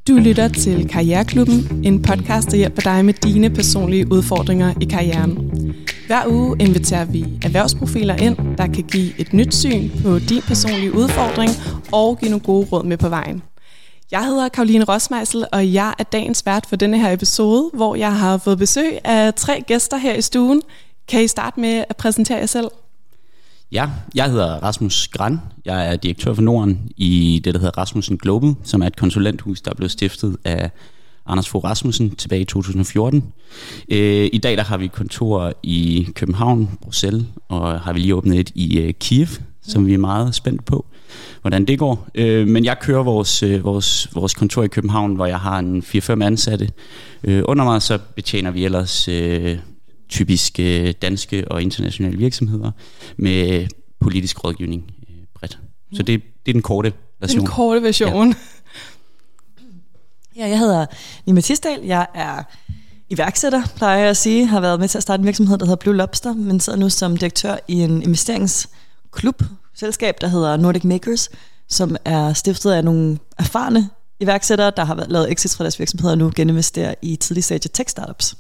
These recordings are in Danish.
Du lytter til Karriereklubben, en podcast, der hjælper dig med dine personlige udfordringer i karrieren. Hver uge inviterer vi erhvervsprofiler ind, der kan give et nyt syn på din personlige udfordring og give nogle gode råd med på vejen. Jeg hedder Caroline Rosmeisel, og jeg er dagens vært for denne her episode, hvor jeg har fået besøg af 3 gæster her i stuen. Kan I starte med at præsentere jer selv? Ja, jeg hedder Rasmus Gran. Jeg er direktør for Norden i det, der hedder Rasmussen Global, som er et konsulenthus, der blev stiftet af Anders Fogh Rasmussen tilbage i 2014. I dag der har vi kontor i København, Bruxelles, og har vi lige åbnet et i Kiev, som vi er meget spændt på, hvordan det går. Men jeg kører vores kontor i København, hvor jeg har en 4-5 ansatte. Under mig så betjener vi ellers typisk danske og internationale virksomheder med politisk rådgivning bredt. Så det er den korte version. Den korte version. Ja, jeg hedder Nima Tisdal. Jeg er iværksætter, plejer jeg at sige. Har været med til at starte en virksomhed, der hedder Blue Lobster, men sidder nu som direktør i en investeringsklub, selskab, der hedder Nordic Makers, som er stiftet af nogle erfarne iværksættere, der har lavet exits fra deres virksomheder og nu geninvesterer i tidlig stage tech-startups.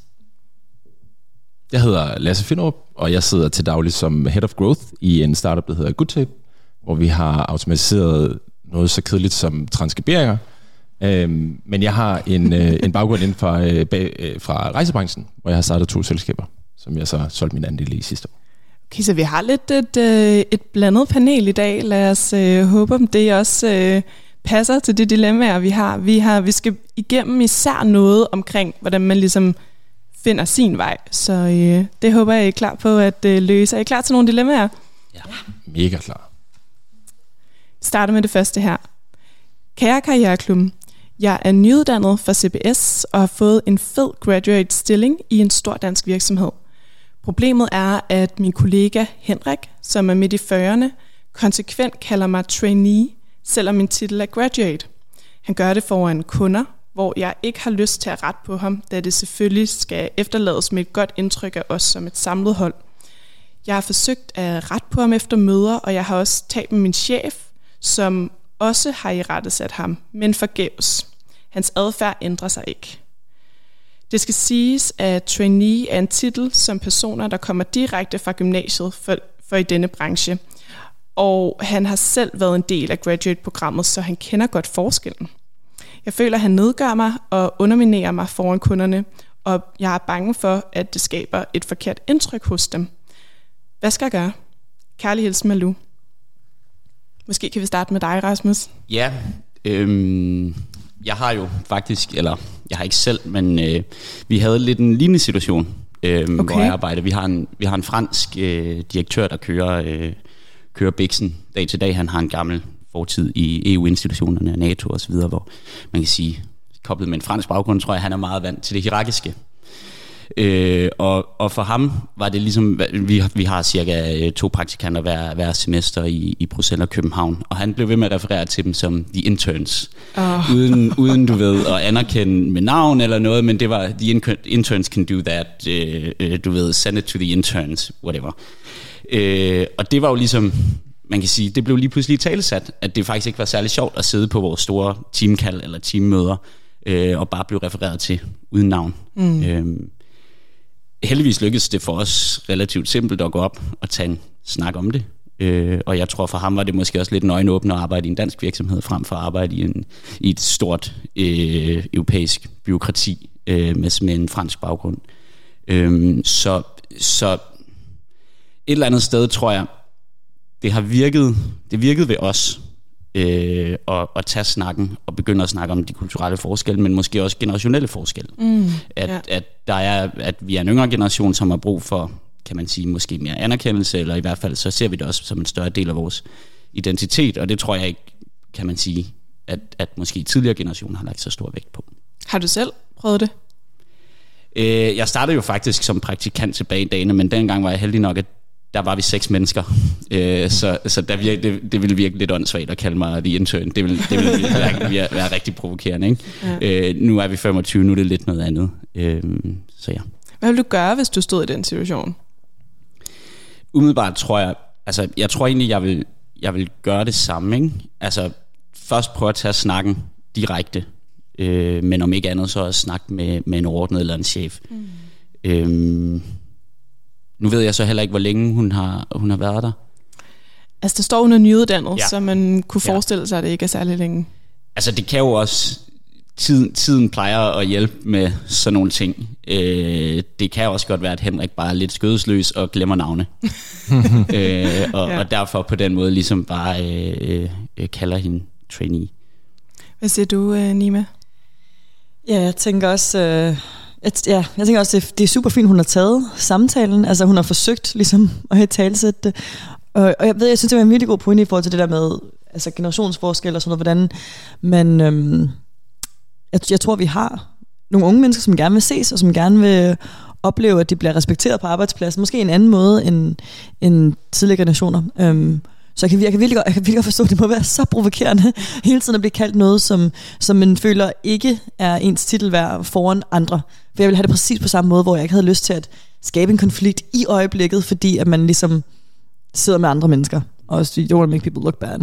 Jeg hedder Lasse Finderup, og jeg sidder til daglig som Head of Growth i en startup, der hedder Goodtape, hvor vi har automatiseret noget så kedeligt som transkriberinger. Men jeg har en baggrund inden fra rejsebranchen, hvor jeg har startet 2 selskaber, som jeg så solgte min andel i sidste år. Okay, så vi har lidt et blandet panel i dag. Lad os håbe, om det også passer til de dilemmaer, vi har. Vi skal igennem især noget omkring, hvordan man ligesom finder sin vej. Så det håber jeg er klar på at løse. Er I klar til nogle dilemmaer? Ja, mega klar. Starter med det første her. Kære Karriereklubben, jeg er nyuddannet fra CBS og har fået en fed graduate stilling i en stor dansk virksomhed. Problemet er, at min kollega Henrik, som er midt i 40'erne, konsekvent kalder mig trainee, selvom min titel er graduate. Han gør det foran kunder, hvor jeg ikke har lyst til at rette på ham, da det selvfølgelig skal efterlades med et godt indtryk af os som et samlet hold. Jeg har forsøgt at rette på ham efter møder, og jeg har også talt med min chef, som også har irettesat ham, men forgæves. Hans adfærd ændrer sig ikke. Det skal siges, at trainee er en titel, som personer, der kommer direkte fra gymnasiet for i denne branche. Og han har selv været en del af graduate-programmet, så han kender godt forskellen. Jeg føler, at han nedgør mig og underminerer mig foran kunderne, og jeg er bange for, at det skaber et forkert indtryk hos dem. Hvad skal jeg gøre? Kærlig hilsen, Malou. Måske kan vi starte med dig, Rasmus. Ja, jeg har jo faktisk, eller jeg har ikke selv, men vi havde lidt en lignende situation, hvor jeg arbejder. Vi har en fransk direktør, der kører Bixen dag til dag. Han har en gammel fortid i EU-institutionerne og NATO og så videre, hvor man kan sige, koblet med en fransk baggrund, tror jeg, han er meget vant til det hierarkiske. Og for ham var det ligesom, vi har cirka 2 praktikanter hver semester i Bruxelles og København, og han blev ved med at referere til dem som the interns, uden du ved at anerkende med navn eller noget, men det var the interns can do that, du ved, send it to the interns, whatever. Og det var jo ligesom, man kan sige, det blev lige pludselig talesat, at det faktisk ikke var særlig sjovt at sidde på vores store teamkald eller teammøder og bare blive refereret til uden navn. Heldigvis lykkedes det for os relativt simpelt at gå op og tage en snak om det. Og jeg tror for ham var det måske også lidt en øjenåbner at arbejde i en dansk virksomhed frem for at arbejde i et stort europæisk bureaukrati med en fransk baggrund. Så et eller andet sted tror jeg, det virkede ved os at tage snakken og begynde at snakke om de kulturelle forskelle, men måske også generationelle forskelle. At vi er en yngre generation, som har brug for, kan man sige, måske mere anerkendelse, eller i hvert fald så ser vi det også som en større del af vores identitet, og det tror jeg ikke, kan man sige, at måske tidligere generationer har lagt så stor vægt på. Har du selv prøvet det? Jeg startede jo faktisk som praktikant tilbage i dagene, men dengang var jeg heldig nok, at der var vi 6 mennesker, så det ville virke lidt åndssvagt at kalde mig the intern. Det ville være rigtig provokerende, ikke? Ja. Nu er vi 25, nu er det lidt noget andet. Så ja. Hvad ville du gøre, hvis du stod i den situation? Umiddelbart tror jeg, altså jeg tror egentlig, jeg vil gøre det samme, ikke? Altså først prøve at tage snakken direkte men om ikke andet så også snakke med en overordnet eller en chef. Nu ved jeg så heller ikke, hvor længe hun har været der. Altså, det står under nyuddannet, så man kunne forestille sig, at det ikke er særlig længe. Altså, det kan jo også... Tiden plejer at hjælpe med sådan nogle ting. Det kan også godt være, at Henrik bare er lidt skødesløs og glemmer navne. Og derfor på den måde ligesom bare kalder hende trainee. Hvad siger du, Nima? Ja, jeg tænker også... Jeg tænker også, det er super fint, hun har taget samtalen. Altså, hun har forsøgt ligesom at talsætte det. Og jeg synes, det var en virkelig god pointe i forhold til det der med altså generationsforskel og sådan noget, hvordan man... Jeg tror, vi har nogle unge mennesker, som gerne vil ses, og som gerne vil opleve, at de bliver respekteret på arbejdspladsen. Måske en anden måde end tidligere generationer. Så jeg kan virkelig godt forstå, at det må være så provokerende hele tiden at blive kaldt noget, som man føler ikke er ens titel værd foran andre. For jeg ville have det præcis på samme måde, hvor jeg ikke havde lyst til at skabe en konflikt i øjeblikket, fordi at man ligesom sidder med andre mennesker. Og you don't want to make people look bad.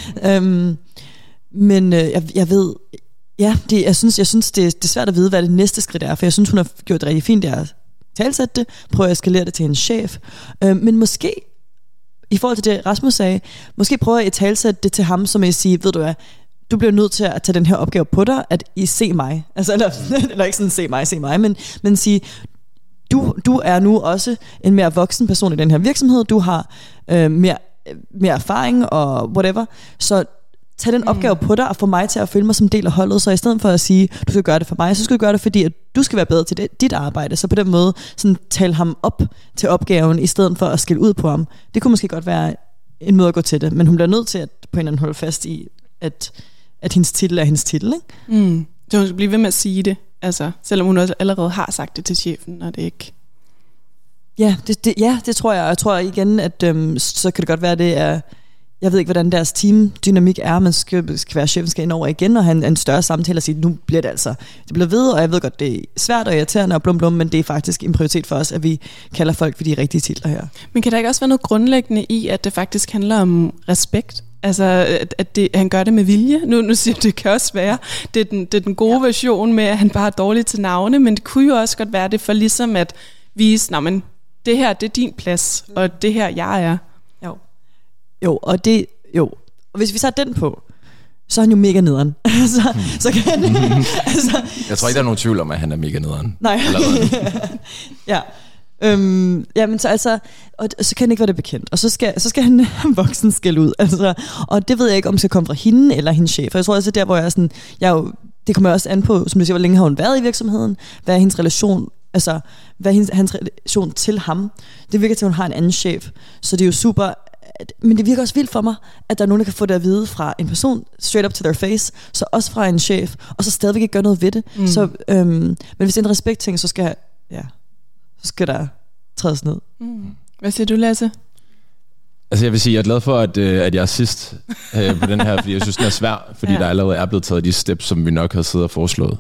Men jeg ved... Ja, jeg synes det er svært at vide, hvad det næste skridt er, for jeg synes, hun har gjort det rigtig fint, det er at talsætte det, prøve at eskalere det til en chef. Men måske, i forhold til det Rasmus sagde, måske prøve at talsætte det til ham, som jeg siger, ved du hvad, du bliver nødt til at tage den her opgave på dig, at I se mig. Altså, eller ikke sådan se mig, men sige, du er nu også en mere voksen person i den her virksomhed, du har mere erfaring og whatever, så tag den opgave på dig og få mig til at føle mig som del af holdet, så i stedet for at sige, du skal gøre det for mig, så skal du gøre det, fordi at du skal være bedre til dit arbejde, så på den måde sådan, tale ham op til opgaven, i stedet for at skille ud på ham. Det kunne måske godt være en måde at gå til det, men hun bliver nødt til at på en eller anden holde fast i, at hendes titel er hendes titel, ikke? Så hun skal blive ved med at sige det, altså, selvom hun også allerede har sagt det til chefen, og det ikke... Ja, det tror jeg. Jeg tror igen, at så kan det godt være, det er... Jeg ved ikke, hvordan deres teamdynamik er. Man skal være chefen skal ind over igen og have en større samtale og sige, nu bliver det altså... Det bliver ved, og jeg ved godt, det er svært og irriterende og blum, men det er faktisk en prioritet for os, at vi kalder folk for de rigtige titler her. Men kan der ikke også være noget grundlæggende i, at det faktisk handler om respekt? Altså, at han gør det med vilje? Nu siger det kan også være. Det er den gode version med, at han bare er dårlig til navne, men det kunne jo også godt være det for ligesom at vise, men det her, det er din plads, og det her, jeg er. Og hvis vi tager den på, så er han jo mega nederen. så kan han, jeg tror ikke, der er nogen tvivl om, at han er mega nederen. Nej. Men så altså, og så kan han ikke være det bekendt. Og så skal han voksen skælde ud. Altså, og det ved jeg ikke, om det skal komme fra hende eller hendes chef. Og jeg tror også, der hvor jeg er sådan, det kommer også an på, som du siger, hvor længe har hun været i virksomheden? Hvad er hendes relation? Altså, hvad er hans relation til ham? Det virker til, at hun har en anden chef. Så det er jo super. Men det virker også vildt for mig, at der er nogen, der kan få det at vide fra en person, straight up to their face, så også fra en chef, og så stadigvæk ikke gøre noget ved det. Så, men hvis det er en respektting, så skal der trædes ned. Hvad siger du, Lasse? Altså jeg vil sige, jeg er glad for, at jeg er sidst på den her, fordi jeg synes, den er svær, fordi der allerede er blevet taget de steps, som vi nok har siddet og foreslået.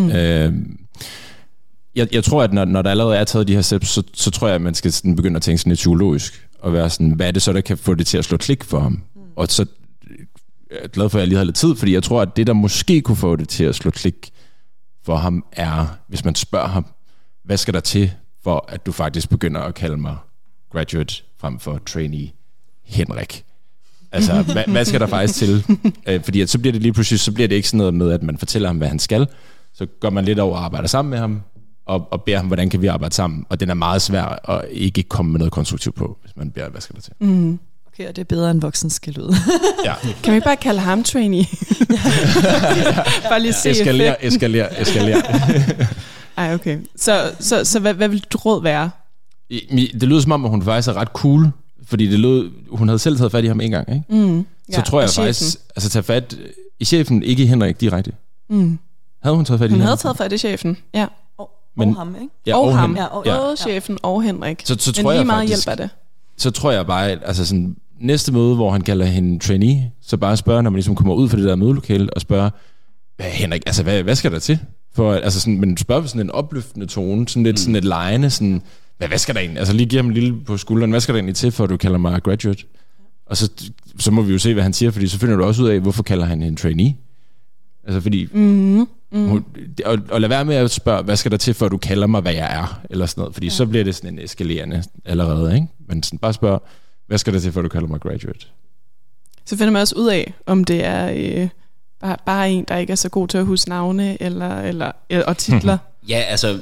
Jeg tror, at når der allerede er taget de her steps, så tror jeg, at man skal sådan begynde at tænke sådan lidt psykologisk, og være sådan, hvad er det så, der kan få det til at slå klik for ham? Og så jeg er glad for, at jeg lige har lidt tid, fordi jeg tror, at det, der måske kunne få det til at slå klik for ham, er, hvis man spørger ham, hvad skal der til, for at du faktisk begynder at kalde mig graduate frem for trainee Henrik? Altså, hvad skal der faktisk til? Fordi at så bliver det lige pludselig, så bliver det ikke sådan noget med, at man fortæller ham, hvad han skal. Så går man lidt over og arbejder sammen med ham, og beder ham, hvordan kan vi arbejde sammen. Og den er meget svær at ikke komme med noget konstruktivt på, hvis man beder, hvad skal der til. Okay, og det er bedre end voksen skal ud. Ja. Kan vi ikke bare kalde ham trainee? Bare lige se Eskaler. Ej, okay. Så hvad vil du råd være? Det lyder som om, at hun faktisk er ret cool, fordi hun havde selv taget fat i ham en gang, ikke? Så tror jeg faktisk, altså tage fat i chefen, ikke i Henrik direkte. Havde hun taget fat i ham? Hun havde taget fat i chefen, ja. Og ham, ikke? Ja, og ham. Og chefen og Henrik. Så tror men lige jeg meget faktisk, hjælp af det. Så tror jeg bare, altså sådan, næste møde, hvor han kalder hende trainee, så bare spørge, når man ligesom kommer ud fra det der mødelokale, og spørge, Henrik, altså hvad skal der til? For, altså sådan, men spørger vi sådan en opløftende tone, sådan lidt sådan et lejende, sådan, hvad skal der egentlig? Altså lige give ham en lille på skulderen, hvad skal der egentlig til, for at du kalder mig graduate? Og så må vi jo se, hvad han siger, fordi så finder du også ud af, hvorfor kalder han en trainee? Altså fordi... Og lad være med at spørge, hvad skal der til, for at du kalder mig, hvad jeg er, eller sådan noget, fordi så bliver det sådan en eskalerende allerede, ikke? Men sådan bare spørg, hvad skal der til, for at du kalder mig graduate? Så finder man også ud af, om det er bare en, der ikke er så god til at huske navne og titler. Ja, altså,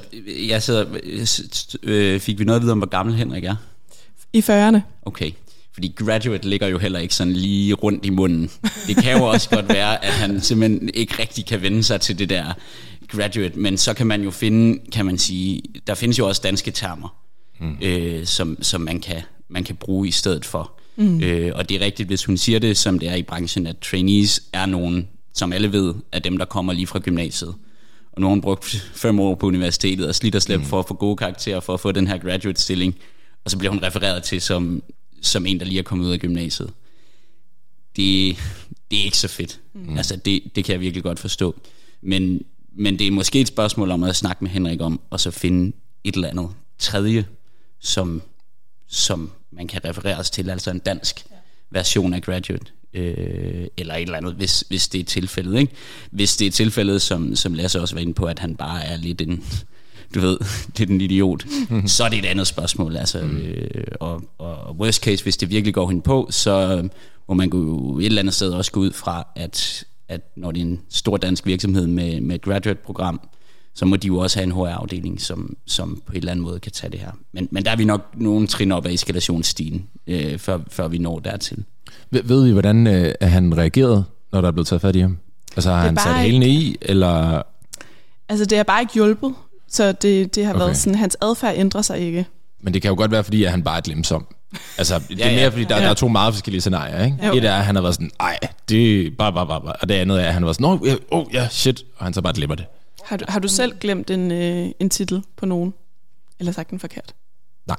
fik vi noget at vide om, hvor gammel Henrik er? I 40'erne. Okay, fordi graduate ligger jo heller ikke sådan lige rundt i munden. Det kan jo også godt være, at han simpelthen ikke rigtig kan vende sig til det der graduate, men så kan man jo finde, kan man sige, der findes jo også danske termer, som man kan bruge i stedet for. Og det er rigtigt, hvis hun siger det, som det er i branchen, at trainees er nogen, som alle ved, er dem, der kommer lige fra gymnasiet. Og nu har hun brugt 5 år på universitetet og slidt og slæbt for at få gode karakterer, for at få den her graduate-stilling. Og så bliver hun refereret til som en, der lige er kommet ud af gymnasiet. Det er ikke så fedt. Altså, det kan jeg virkelig godt forstå. Men det er måske et spørgsmål om at snakke med Henrik om, og så finde et eller andet tredje, som man kan refereres til, altså en dansk version af graduate. Eller et eller andet, hvis det er tilfældet, ikke? Hvis det er tilfældet, som Lasse også var inde på, at han bare er lidt en, du ved, lidt en idiot, så er det et andet spørgsmål, altså. Og worst case, hvis det virkelig går hende på, så må man jo et eller andet sted også gå ud fra, at når det er en stor dansk virksomhed med et graduate-program, så må de jo også have en HR-afdeling, som på en eller anden måde kan tage det her. Men der er vi nok nogle trin op af eskalationsstigen, før vi når dertil. Ved vi, hvordan han reagerede, når der er blevet taget fat i ham? Altså har han sat hælene i, eller? Altså det har bare ikke hjulpet, så det har været sådan, hans adfærd ændrer sig ikke. Men det kan jo godt være, fordi at han bare er glemsom. Altså det er mere, fordi der er 2 meget forskellige scenarier, ikke? Jo. Et er, at han har været sådan, det er bare, og det andet er, at han har været sådan, shit, og han så bare glemmer det. Har du selv glemt en titel på nogen? Eller sagt den forkert? Nej.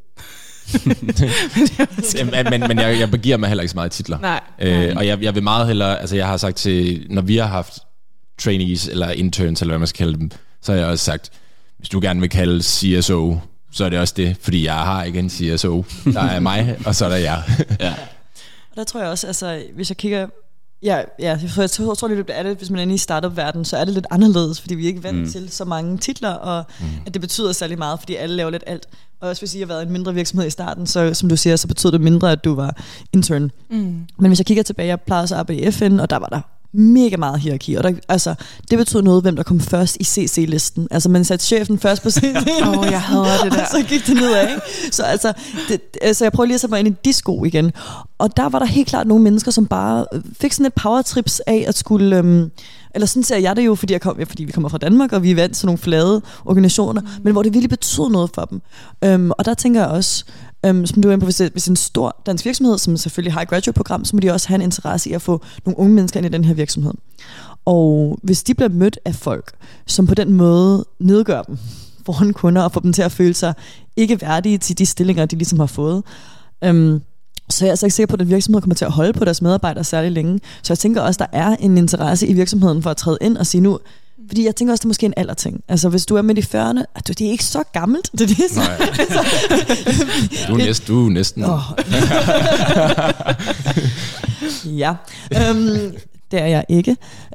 men jeg begiver mig heller ikke så meget i titler. Nej. Og jeg vil meget hellere, altså jeg har sagt til, når vi har haft trainees eller interns, eller hvad man skal kalde dem, så har jeg også sagt, hvis du gerne vil kalde CSO, så er det også det, fordi jeg har ikke en CSO. Der er mig, og så er der jeg. Ja. Og der tror jeg også, altså hvis jeg kigger, jeg tror lidt, at hvis man er inde i startup-verdenen, så er det lidt anderledes, fordi vi er ikke vant til så mange titler, og at det betyder særlig meget, fordi alle laver lidt alt. Og også hvis I har været en mindre virksomhed i starten, så som du siger, så betyder det mindre, at du var intern. Men hvis jeg kigger tilbage, jeg plejede at arbejde i FN, og der var der mega meget hierarki, og det betød noget, hvem der kom først i CC-listen. Altså man satte chefen først på CC. Jeg hader det der. Så gik det nedad, ikke? Så jeg prøver lige at sætte mig ind i de sko igen. Og der var der helt klart nogle mennesker, som bare fik sådan et powertrips af at skulle, eller sådan ser jeg det jo, fordi vi kommer fra Danmark, og vi er vant til nogle flade organisationer, men hvor det virkelig betød noget for dem. Og der tænker jeg også, som du er inde på, hvis en stor dansk virksomhed, som selvfølgelig har et graduate-program, så må de også have en interesse i at få nogle unge mennesker ind i den her virksomhed. Og hvis de bliver mødt af folk, som på den måde nedgør dem foran kunder, og får dem til at føle sig ikke værdige til de stillinger, de ligesom har fået, så jeg er altså ikke sikker på, at den virksomhed kommer til at holde på deres medarbejdere særlig længe. Så jeg tænker også, der er en interesse i virksomheden for at træde ind og sige nu, fordi jeg tænker også, det er måske en alderting. Altså hvis du er midt i 40'erne, det er ikke så gammelt. Det er så. Du er næsten. Ja, det er jeg ikke.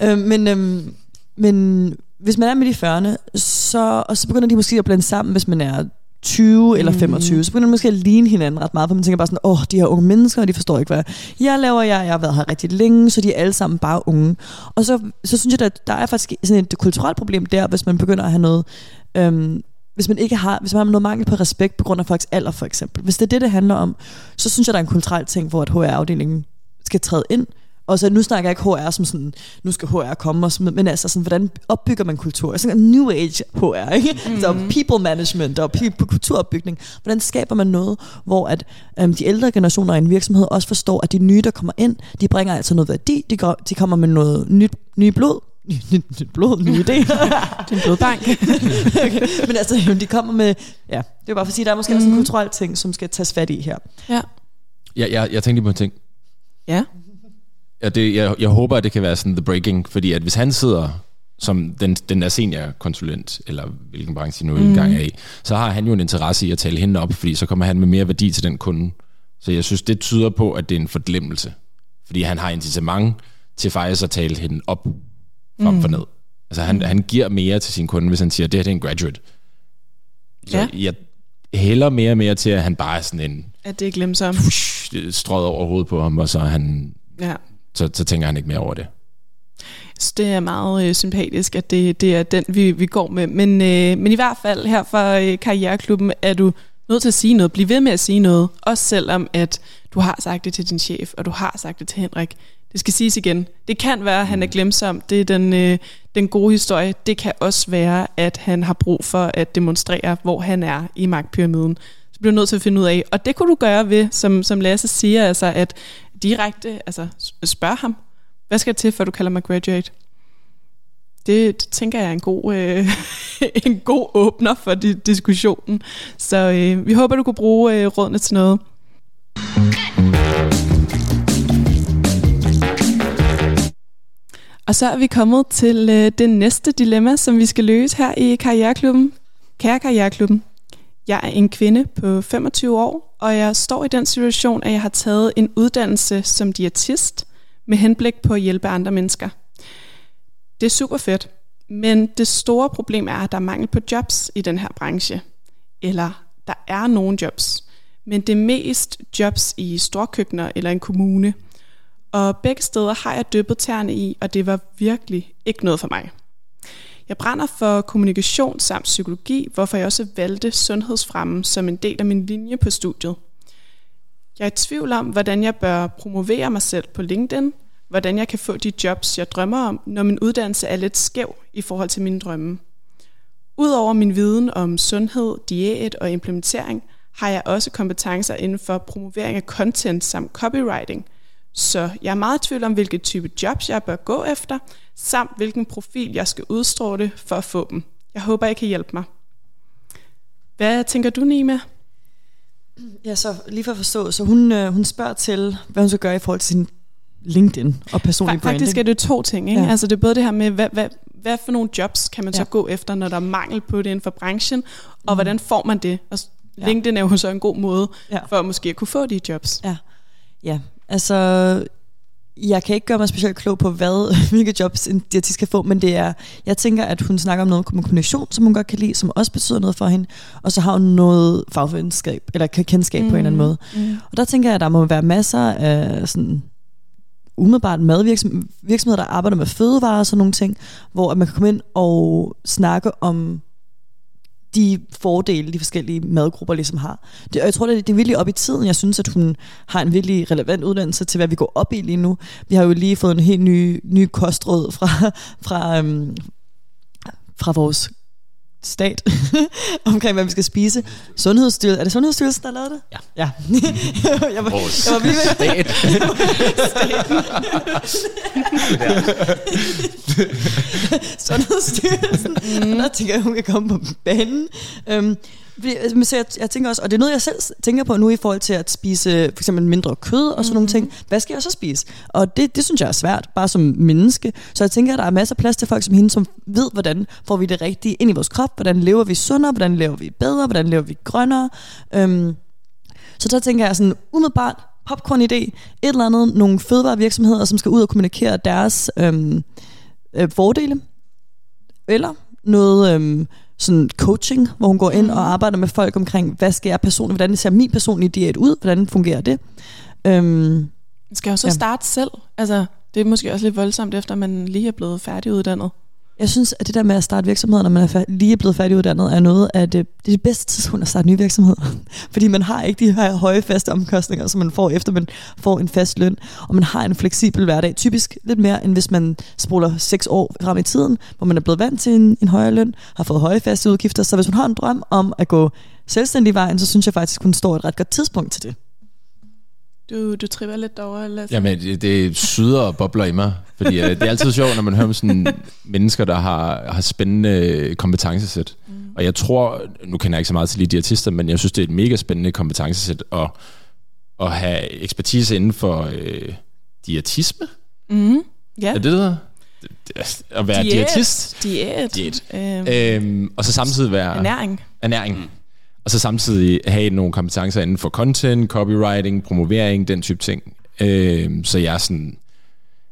Men hvis man er midt i 40'erne, så begynder de måske at blande sammen, hvis man er 20 eller 25, så begynder man måske at ligne hinanden ret meget, for man tænker bare sådan, de her unge mennesker, de forstår ikke, hvad jeg laver, jeg har været her rigtig længe, så de er alle sammen bare unge. Og så synes jeg, at der er faktisk sådan et kulturelt problem der, hvis man begynder at have noget, hvis man har noget mangel på respekt på grund af folks alder, for eksempel. Hvis det er det handler om, så synes jeg, der er en kulturel ting, hvor at HR-afdelingen skal træde ind. Og så nu snakker jeg ikke HR som sådan, nu skal HR komme, men altså sådan, hvordan opbygger man kultur? Sådan en new age HR, ikke? Så people management og kulturopbygning. Hvordan skaber man noget, hvor at de ældre generationer i en virksomhed også forstår, at de nye, der kommer ind, de bringer altså noget værdi, de kommer med noget nyt blod, nye idéer. Det er en blodbank. Okay. Men altså, de kommer med, det er bare for at sige, der er måske også en kulturel ting, som skal tages fat i her. Jeg tænkte lige på en ting. Ja. Jeg håber, at det kan være sådan the breaking, fordi at hvis han sidder som den der seniorkonsulent, eller hvilken branche nu engang er i, så har han jo en interesse i at tale hende op, fordi så kommer han med mere værdi til den kunde. Så jeg synes, det tyder på, at det er en forglemmelse, fordi han har incitament til faktisk at tale hende op frem for ned. Altså han giver mere til sin kunde, hvis han siger, det er en graduate. Så jeg hælder mere og mere til, at han bare er sådan en... At det er glemsomt. Strøget over hovedet på ham, og så han... Ja. Så tænker han ikke mere over det. Så det er meget sympatisk, at det er den, vi går med. Men i hvert fald her fra Karriereklubben er du nødt til at sige noget. Bliv ved med at sige noget. Også selvom at du har sagt det til din chef, og du har sagt det til Henrik. Det skal siges igen. Det kan være, at han er glemsom. Det er den gode historie. Det kan også være, at han har brug for at demonstrere, hvor han er i magtpyramiden. Så bliver du nødt til at finde ud af. Og det kunne du gøre ved, som Lasse siger, altså at direkte spørg ham. Hvad skal der til, før du kalder mig graduate? Det tænker jeg er en god åbner for diskussionen. Så vi håber, du kunne bruge rådene til noget. Og så er vi kommet til det næste dilemma, som vi skal løse her i Karriereklubben. Kære Karriereklubben, jeg er en kvinde på 25 år, og jeg står i den situation, at jeg har taget en uddannelse som diætist med henblik på at hjælpe andre mennesker. Det er super fedt, men det store problem er, at der er mangel på jobs i den her branche. Eller der er nogle jobs, men det er mest jobs i storkøkkener eller en kommune. Og begge steder har jeg dyppet tæerne i, og det var virkelig ikke noget for mig. Jeg brænder for kommunikation samt psykologi, hvorfor jeg også valgte sundhedsfremme som en del af min linje på studiet. Jeg er i tvivl om, hvordan jeg bør promovere mig selv på LinkedIn, hvordan jeg kan få de jobs, jeg drømmer om, når min uddannelse er lidt skæv i forhold til mine drømme. Udover min viden om sundhed, diæt og implementering, har jeg også kompetencer inden for promovering af content samt copywriting. Så jeg er meget i tvivl om, hvilke type jobs jeg bør gå efter, samt hvilken profil jeg skal udstråle for at få dem. Jeg håber, I kan hjælpe mig. Hvad tænker du, Nima? Ja, så lige for at forstå, så hun spørger til, hvad hun skal gøre i forhold til sin LinkedIn og personlig branding. Faktisk er det 2 ting, ikke? Ja. Altså det er både det her med, hvad for nogle jobs kan man så gå efter, når der er mangel på det inden for branchen, og hvordan får man det? Altså, LinkedIn er jo så en god måde for at måske at kunne få de jobs. Ja, altså jeg kan ikke gøre mig specielt klog på, hvilke jobs en diætist skal få, men jeg tænker, at hun snakker om noget kommunikation, som hun godt kan lide, som også betyder noget for hende, og så har hun noget fagfællesskab, eller kendskab på en eller anden måde. Og der tænker jeg, at der må være masser af sådan umiddelbart madvirksomheder, der arbejder med fødevarer og sådan nogle ting, hvor man kan komme ind og snakke om de fordele, de forskellige madgrupper ligesom har. Og jeg tror, det er virkelig op i tiden. Jeg synes, at hun har en virkelig relevant uddannelse til, hvad vi går op i lige nu. Vi har jo lige fået en helt ny kostråd fra vores stat omkring, hvad vi skal spise. Sundhedsstyrelsen. Er det Sundhedsstyrelsen, der har lavet det? Ja. jeg var lige ved. Sundhedsstyrelsen. Der tænker jeg, hun kan komme på banen. Så jeg tænker også, og det er noget, jeg selv tænker på nu i forhold til at spise for eksempel mindre kød og sådan nogle ting. Hvad skal jeg så spise? Og det synes jeg er svært, bare som menneske. Så jeg tænker, at der er masser af plads til folk som hende, som ved, hvordan får vi det rigtige ind i vores krop, hvordan lever vi sundere, hvordan lever vi bedre, hvordan lever vi grønnere. Så der tænker jeg sådan umiddelbart popcorn-idé, et eller andet, nogle fødevarevirksomheder, som skal ud og kommunikere deres fordele, eller noget sådan coaching, hvor hun går ind og arbejder med folk omkring, hvad skal jeg personligt, hvordan ser min personlige diæt ud, hvordan fungerer det? Skal jeg så starte selv? Altså, det er måske også lidt voldsomt, efter man lige er blevet færdiguddannet. Jeg synes, at det der med at starte virksomheder, når man er lige blevet færdiguddannet, er noget af det bedste tidspunkt at starte nye virksomheder. Fordi man har ikke de her høje faste omkostninger, som man får efter man får en fast løn, og man har en fleksibel hverdag. Typisk lidt mere, end hvis man spoler 6 år frem i tiden, hvor man er blevet vant til en højere løn, har fået høje faste udgifter. Så hvis man har en drøm om at gå selvstændig vejen, så synes jeg faktisk, hun står et ret godt tidspunkt til det. Du tripper lidt derovre, Lasse? Jamen, det syder og bobler i mig. Fordi det er altid sjovt, når man hører om sådan mennesker, der har spændende kompetencesæt. Og jeg tror, nu kender jeg ikke så meget til lige diætister, men jeg synes, det er et mega spændende kompetencesæt at have ekspertise inden for diætisme. Ja. Er det der? At være diætist? Diæt. Og så samtidig være... Ernæring. Og så samtidig have nogle kompetencer inden for content, copywriting, promovering, den type ting. Så jeg er sådan...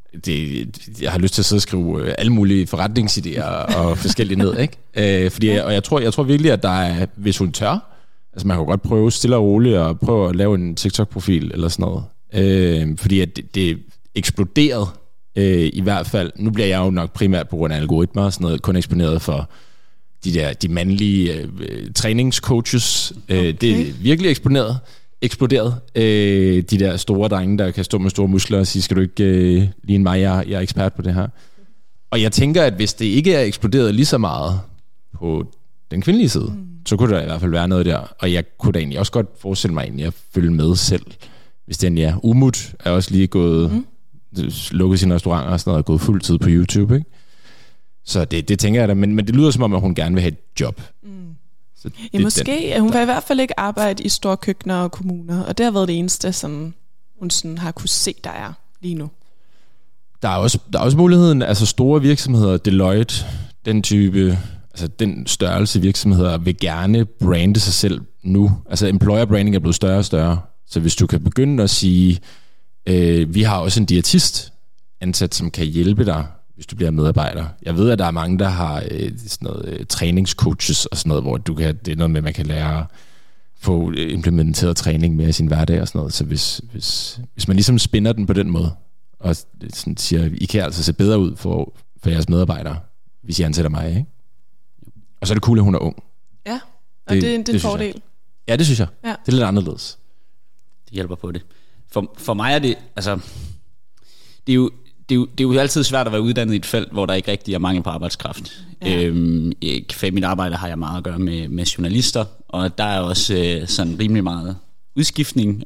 jeg har lyst til at sidde og skrive alle mulige forretningsidéer og forskellige ned, ikke? Fordi jeg tror virkelig, at der er, hvis hun tør, altså man kan godt prøve stille og roligt og prøve at lave en TikTok-profil eller sådan noget. Fordi at det eksploderede i hvert fald. Nu bliver jeg jo nok primært på grund af algoritmer og sådan noget kun eksponeret for de mandlige træningscoaches. Okay. Det er virkelig eksploderet. De der store drenge, der kan stå med store muskler og sige, skal du ikke ligne mig, jeg er ekspert på det her. Og jeg tænker, at hvis det ikke er eksploderet lige så meget på den kvindelige side, så kunne der i hvert fald være noget der. Og jeg kunne da egentlig også godt forestille mig egentlig at følge med selv. Hvis den Umut er også lige gået, lukket sine restauranter og sådan noget, og gået fuld tid på YouTube, ikke? Så det tænker jeg da, men det lyder som om, at hun gerne vil have et job. Ja, måske. Hun vil i hvert fald ikke arbejde i store køkkener og kommuner, og det har været det eneste, som hun sådan har kunne se, der er lige nu. Der er også muligheden, altså store virksomheder, Deloitte, den type, altså den størrelse virksomheder, vil gerne brande sig selv nu. Altså employer branding er blevet større og større. Så hvis du kan begynde at sige, vi har også en diætist ansat, som kan hjælpe dig, hvis du bliver medarbejder. Jeg ved, at der er mange, der har sådan noget træningscoaches og sådan noget, hvor det er noget med, at man kan lære at få implementeret træning med i sin hverdag og sådan noget. Så hvis man ligesom spinder den på den måde, og sådan siger, I kan altså se bedre ud for jeres medarbejdere, hvis I ansætter mig, ikke? Og så er det cool, at hun er ung. Ja, og det er en fordel. Ja, det synes jeg. Ja. Det er lidt anderledes. Det hjælper på det. For mig er det, altså, det er jo altid svært at være uddannet i et felt, hvor der ikke rigtig er mangel på arbejdskraft. Ja. I mit arbejde har jeg meget at gøre med journalister, og der er også sådan rimelig meget udskiftning,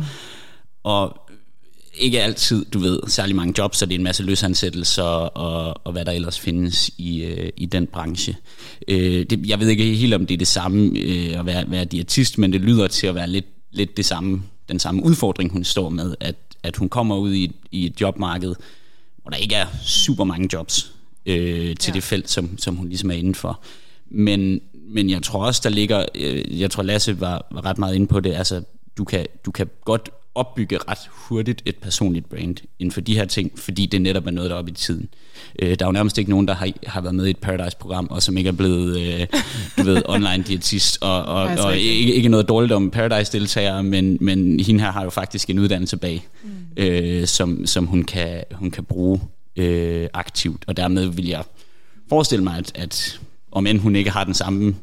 og ikke altid, du ved, særlig mange jobs, så det er en masse løsansættelser, og hvad der ellers findes i den branche. Jeg ved ikke helt, om det er det samme at være diætist, men det lyder til at være lidt det samme, den samme udfordring, hun står med, at hun kommer ud i et jobmarked, hvor der ikke er super mange jobs til det felt, som hun ligesom er inden for. Men jeg tror også, der ligger, jeg tror Lasse var ret meget inde på det, altså du kan godt opbygge ret hurtigt et personligt brand inden for de her ting, fordi det netop er noget, der er oppe i tiden. Der er jo nærmest ikke nogen, der har været med i et Paradise-program, og som ikke er blevet online diætist, og ikke noget dårligt om Paradise-deltagere, men hende her har jo faktisk en uddannelse bag, som hun kan bruge aktivt, og dermed vil jeg forestille mig, at om end hun ikke har den samme,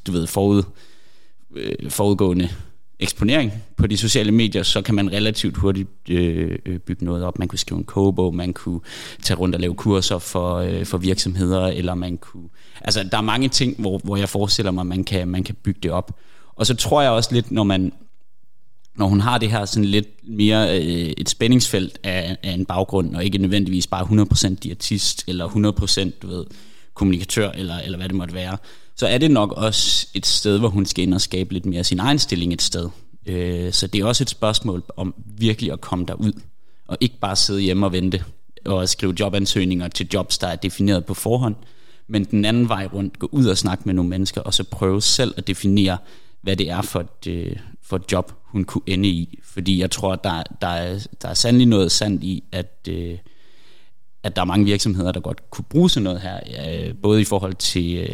forudgående eksponering på de sociale medier, så kan man relativt hurtigt bygge noget op. Man kunne skrive en kogebog, man kunne tage rundt og lave kurser for virksomheder, eller man kunne... Altså, der er mange ting, hvor jeg forestiller mig, man kan bygge det op. Og så tror jeg også lidt, når hun har det her sådan lidt mere et spændingsfelt af en baggrund, og ikke nødvendigvis bare 100% diætist, eller 100% kommunikatør, eller hvad det måtte være, så er det nok også et sted, hvor hun skal ind og skabe lidt mere sin egen stilling et sted. Så det er også et spørgsmål om virkelig at komme derud, og ikke bare sidde hjemme og vente, og skrive jobansøgninger til jobs, der er defineret på forhånd, men den anden vej rundt, gå ud og snakke med nogle mennesker, og så prøve selv at definere, hvad det er for et job, hun kunne ende i. Fordi jeg tror, der er sandelig noget sandt i, at der er mange virksomheder, der godt kunne bruge sådan noget her, både i forhold til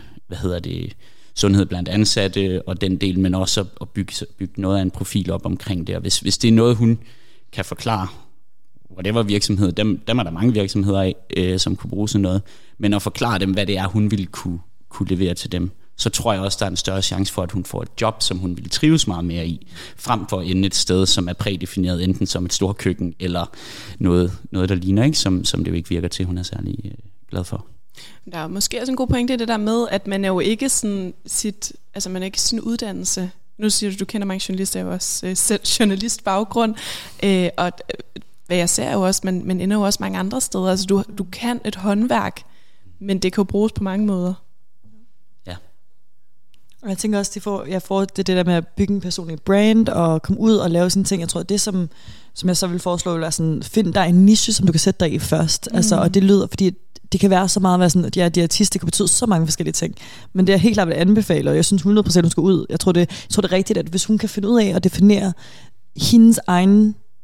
sundhed blandt ansatte og den del, men også at bygge noget af en profil op omkring det. Og hvis det er noget, hun kan forklare, whatever virksomhed, dem er der mange virksomheder af, som kunne bruge sådan noget, men at forklare dem, hvad det er, hun ville kunne levere til dem, så tror jeg også, der er en større chance for, at hun får et job, som hun vil trives meget mere i, frem for at ende et sted, som er prædefineret enten som et stort køkken, eller noget der ligner, ikke? Som det jo ikke virker til, hun er særlig glad for. Der er måske også en god pointe i det der med, at man er jo ikke sådan man er ikke sin uddannelse. Nu siger du kender mange journalister, jeg er jo også selv journalist baggrund, og hvad jeg ser er jo også, man ender jo også mange andre steder. Altså du kan et håndværk, men det kan jo bruges på mange måder. Ja. Og jeg tænker også, jeg får det der med at bygge en personlig brand og komme ud og lave sådan ting. Jeg tror, det som jeg så vil foreslå, er sådan, find dig en niche, som du kan sætte dig i først. Altså, og det lyder, fordi det kan være så meget at være sådan, at jeg er diætist, det kan betyde så mange forskellige ting. Men det er helt klart at anbefale, og jeg synes 100% hun skal ud. Jeg tror det er rigtigt, at hvis hun kan finde ud af at definere hendes egen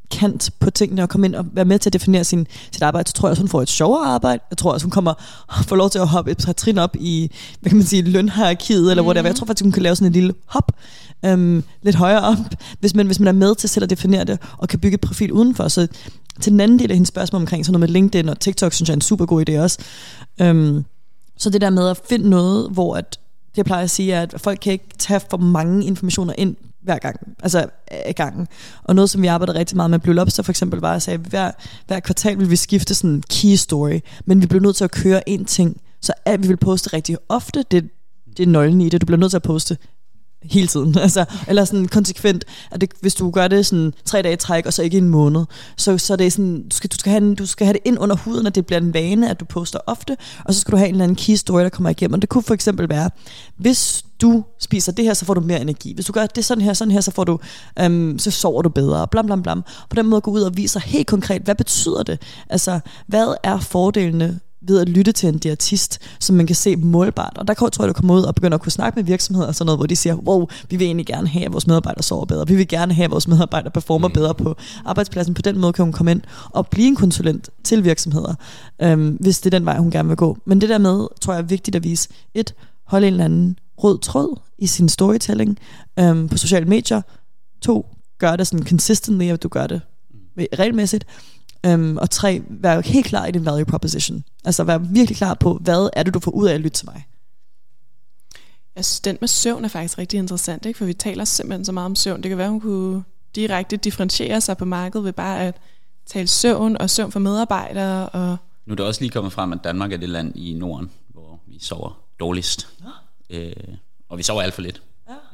kant på tingene og komme ind og være med til at definere sit arbejde, så tror jeg også, hun får et sjovere arbejde. Jeg tror også, hun får lov til at hoppe et par trin op i, hvad kan man sige, lønhierarkiet, eller whatever. Jeg tror faktisk, hun kan lave sådan en lille hop lidt højere op, hvis man er med til selv at definere det, og kan bygge et profil udenfor. Så til den anden del af hendes spørgsmål omkring sådan noget med LinkedIn og TikTok, synes jeg er en super god idé også. Så det der med at finde noget, hvor at, det jeg plejer at sige, er, at folk kan ikke tage for mange informationer ind hver gang, altså af gangen. Og noget, som vi arbejder rigtig meget med Blue Lobster for eksempel, var at sige, at hver kvartal vil vi skifte sådan en key story, men vi bliver nødt til at køre en ting, så at vi vil poste rigtig ofte, det er nøglen i det, du bliver nødt til at poste hele tiden, altså, eller sådan konsekvent, at det, hvis du gør det sådan 3 dage i træk, og så ikke en måned, så det er sådan, du skal have det ind under huden, at det bliver en vane, at du poster ofte, og så skal du have en eller anden key story, der kommer igennem, og det kunne for eksempel være, hvis du spiser det her, så får du mere energi, hvis du gør det sådan her, så får du, så sover du bedre, blam blam blam, på den måde gå ud og vise helt konkret, hvad betyder det, altså, hvad er fordelene ved at lytte til en diætist, som man kan se målbart. Og der tror jeg, du kommer ud og begynder at kunne snakke med virksomheder og sådan noget, hvor de siger, wow, vi vil egentlig gerne have, at vores medarbejdere sover bedre. Vi vil gerne have, at vores medarbejdere performer bedre på arbejdspladsen. På den måde kan hun komme ind og blive en konsulent til virksomheder, hvis det er den vej, hun gerne vil gå. Men det der med, tror jeg er vigtigt at vise. 1. Hold en eller anden rød tråd i sin storytelling på sociale medier. 2. Gør det sådan consistently, at du gør det regelmæssigt. Og 3, vær helt klar i din value proposition. Altså vær virkelig klar på, hvad er det, du får ud af at lytte til mig. Jeg synes, den med søvn er faktisk rigtig interessant, ikke? For vi taler simpelthen så meget om søvn. Det kan være, hun kunne direkte differentiere sig på markedet ved bare at tale søvn og søvn for medarbejdere. Og nu er det også lige kommet frem, at Danmark er det land i Norden, hvor vi sover dårligst. Og vi sover alt for lidt.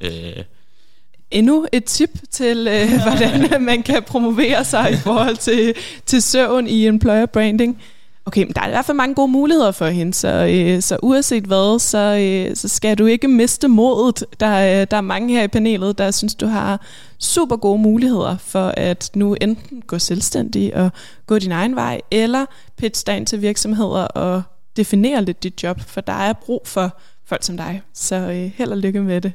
Endnu et tip til, hvordan man kan promovere sig i forhold til søvn i employer branding. Okay, men der er i hvert fald mange gode muligheder for hende, så uanset hvad, så skal du ikke miste modet. Der er mange her i panelet, der synes, du har super gode muligheder for at nu enten gå selvstændig og gå din egen vej, eller pitche dig ind til virksomheder og definere lidt dit job, for der er brug for folk som dig. Så held og lykke med det.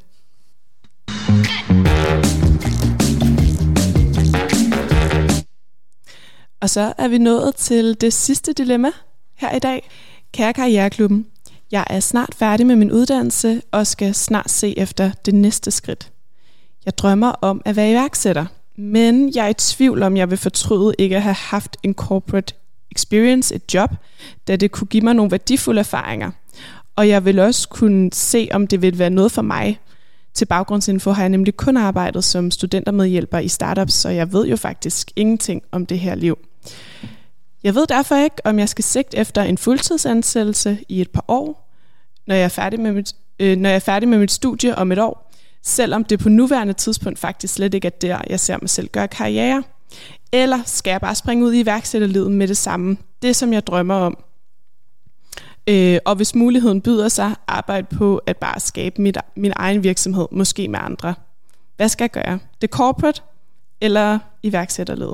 Og så er vi nået til det sidste dilemma her i dag. Kære Karriereklubben, jeg er snart færdig med min uddannelse og skal snart se efter det næste skridt. Jeg drømmer om at være iværksætter, men jeg er i tvivl om, jeg vil fortryde ikke at have haft en corporate experience, et job, da det kunne give mig nogle værdifulde erfaringer. Og jeg vil også kunne se, om det vil være noget for mig. Til baggrundsinfo har jeg nemlig kun arbejdet som studentermedhjælper i startups, så jeg ved jo faktisk ingenting om det her liv. Jeg ved derfor ikke, om jeg skal sigte efter en fuldtidsansættelse i et par år, når jeg er færdig med mit studie om et år, selvom det på nuværende tidspunkt faktisk slet ikke er der, jeg ser mig selv gøre karriere. Eller skal jeg bare springe ud i iværksætterlivet med det samme, det som jeg drømmer om. Og hvis muligheden byder sig, arbejde på at bare skabe min egen virksomhed, måske med andre. Hvad skal jeg gøre? Det corporate eller iværksætterlivet?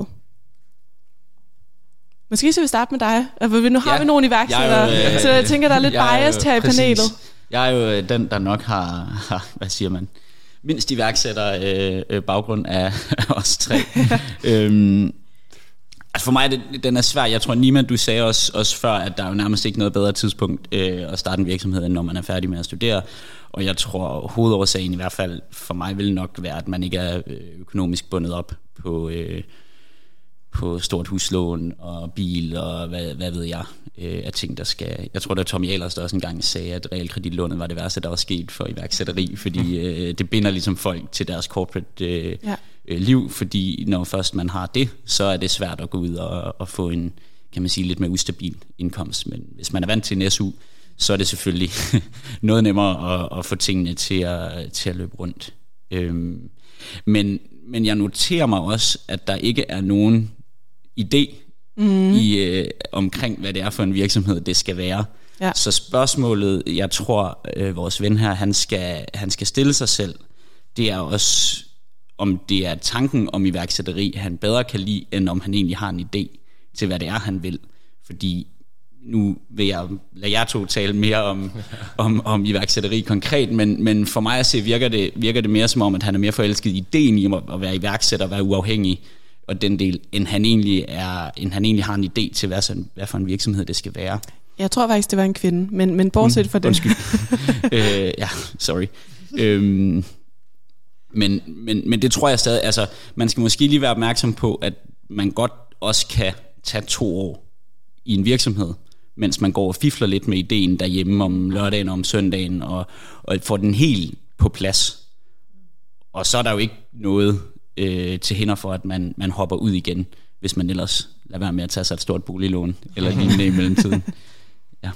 Måske skal vi starte med dig. Nu har vi nogle iværksættere, så jeg tænker, der er lidt biased her i panelet. Jeg er jo den, der nok har hvad siger man, mindst iværksætter baggrund af os tre. Altså for mig, den er svær. Jeg tror, Nima, du sagde også før, at der er jo nærmest ikke noget bedre tidspunkt at starte en virksomhed, end når man er færdig med at studere. Og jeg tror, hovedårsagen i hvert fald for mig vil nok være, at man ikke er økonomisk bundet op på stort huslån og bil og hvad ved jeg af ting, der skal. Jeg tror, der Tommy Ahlers, der også engang sagde, at realkreditlånet var det værste, der var sket for iværksætteri, fordi det binder ligesom folk til deres corporate liv, fordi når først man har det, så er det svært at gå ud og få en, kan man sige, lidt mere ustabil indkomst. Men hvis man er vant til en SU, så er det selvfølgelig noget nemmere at få tingene til at løbe rundt. Men jeg noterer mig også, at der ikke er nogen idé omkring, hvad det er for en virksomhed, det skal være. Ja. Så spørgsmålet, jeg tror, vores ven her, han skal stille sig selv, det er også, om det er tanken om iværksætteri, han bedre kan lide, end om han egentlig har en idé til, hvad det er, han vil. Fordi nu vil jeg lade jer to tale mere om iværksætteri konkret, men for mig at se virker det mere som om, at han er mere forelsket i ideen i at være iværksætter, være uafhængig, og den del, end han egentlig har en idé til, hvad for en virksomhed det skal være. Jeg tror faktisk, det var en kvinde, men bortset fra det. Undskyld. Ja, sorry. Men det tror jeg stadig, altså man skal måske lige være opmærksom på, at man godt også kan tage 2 år i en virksomhed, mens man går og fifler lidt med ideen derhjemme om lørdagen og om søndagen, og får den helt på plads. Og så er der jo ikke noget til hinder for, at man hopper ud igen, hvis man ellers lader være med at tage sig et stort boliglån, eller lignende i mellemtiden. Ja.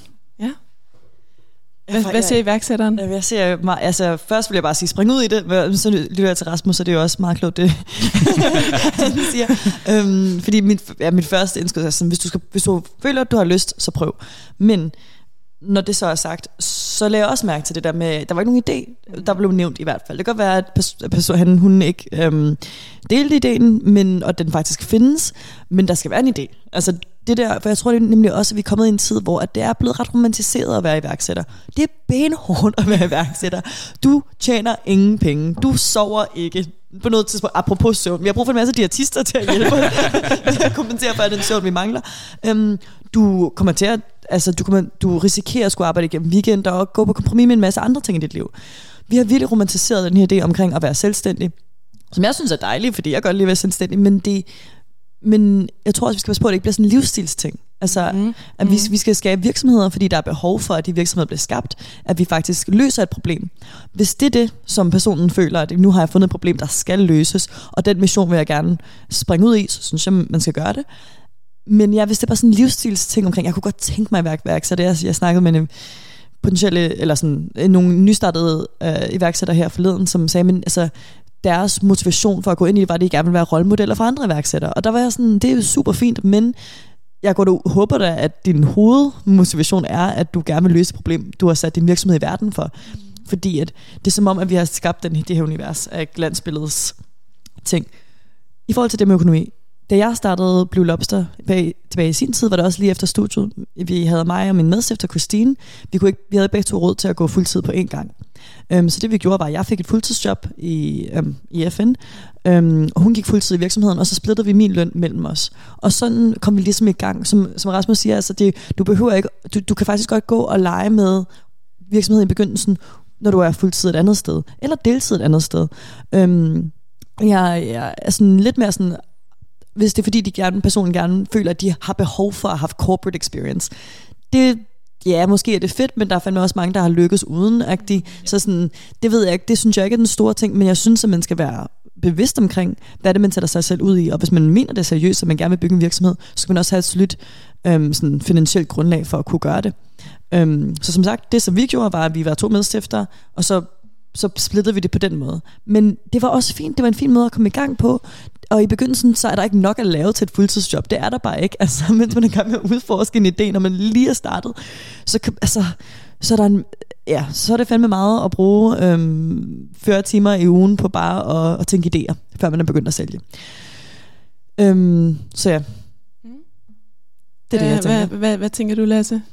Hvad siger iværksætteren? Jeg siger, altså, først vil jeg bare sige, spring ud i det, men så lytter jeg til Rasmus, så det er jo også meget klogt, det han siger. Fordi mit første indskud er sådan, hvis du føler, at du har lyst, så prøv. Men når det så er sagt, så lader jeg også mærke til det der med, der var ikke nogen idé, der blev nævnt i hvert fald. Det kan godt være, at hun ikke delte ideen, og den faktisk findes, men der skal være en idé. Altså det der, for jeg tror det er nemlig også, at vi er kommet i en tid, hvor at det er blevet ret romantiseret at være iværksætter. Det er benhårdt at være iværksætter. Du tjener ingen penge. Du sover ikke. På noget tidspunkt, apropos søvn. Vi har brug for en masse diætister til at hjælpe at kompensere for den søvn, vi mangler. Du kommer til at, du risikerer at skulle arbejde igennem weekender og gå på kompromis med en masse andre ting i dit liv. Vi har virkelig romantiseret den her idé omkring at være selvstændig, som jeg synes er dejligt, fordi jeg godt lide at være selvstændig, men jeg tror også, vi skal passe på, at det ikke bliver sådan en livsstilsting. Altså, at vi skal skabe virksomheder, fordi der er behov for, at de virksomheder bliver skabt, at vi faktisk løser et problem. Hvis det er det, som personen føler, at nu har jeg fundet et problem, der skal løses, og den mission vil jeg gerne springe ud i, så synes jeg, man skal gøre det. Men ja, hvis det er bare sådan en livsstilsting omkring, jeg kunne godt tænke mig at iværksætte, jeg snakkede med en potentielle, eller sådan nogle nystartede iværksættere her forleden, som sagde, men altså, deres motivation for at gå ind i det, var, at de gerne ville være rollemodeller for andre iværksættere. Og der var jeg sådan, det er jo super fint, men jeg håber da, at din hovedmotivation er, at du gerne vil løse et problem, du har sat din virksomhed i verden for. Fordi at det er som om, at vi har skabt det her univers af glansbilledets ting. I forhold til det med økonomi, da jeg startede Blue Lobster tilbage i sin tid, var det også lige efter studiet. Vi havde mig og min medstifter Christine. Vi havde begge 2 råd til at gå fuldtid på én gang. Så det vi gjorde var, at jeg fik et fuldtidsjob i FN, og hun gik fuldtid i virksomheden, og så splittede vi min løn mellem os. Og sådan kom vi ligesom i gang. Som Rasmus siger, altså du behøver ikke, du kan faktisk godt gå og lege med virksomheden i begyndelsen, når du er fuldtid et andet sted, eller deltid et andet sted. Jeg er sådan lidt mere sådan, hvis det er fordi personen gerne føler, at de har behov for at have corporate experience. Ja, måske er det fedt, men der er fandme også mange, der har lykkes uden-agtigt. Så sådan, det ved jeg ikke, det synes jeg ikke er den store ting, men jeg synes, at man skal være bevidst omkring, hvad er det, man sætter sig selv ud i. Og hvis man mener det er seriøst, at man gerne vil bygge en virksomhed, så skal man også have et solidt sådan finansielt grundlag for at kunne gøre det. Så som sagt, det som vi gjorde, var, at vi var 2 medstiftere, og så splittede vi det på den måde. Men det var også fint, det var en fin måde at komme i gang på. Og i begyndelsen, så er der ikke nok at lave til et fuldtidsjob. Det er der bare ikke. Altså, mens man er i gang med at udforske en idé, når man lige er startet, så er det fandme meget at bruge 40 timer i ugen på bare at tænke idéer, før man er begyndt at sælge. Så ja. Det er det, jeg tænker. Hvad tænker du, Lasse?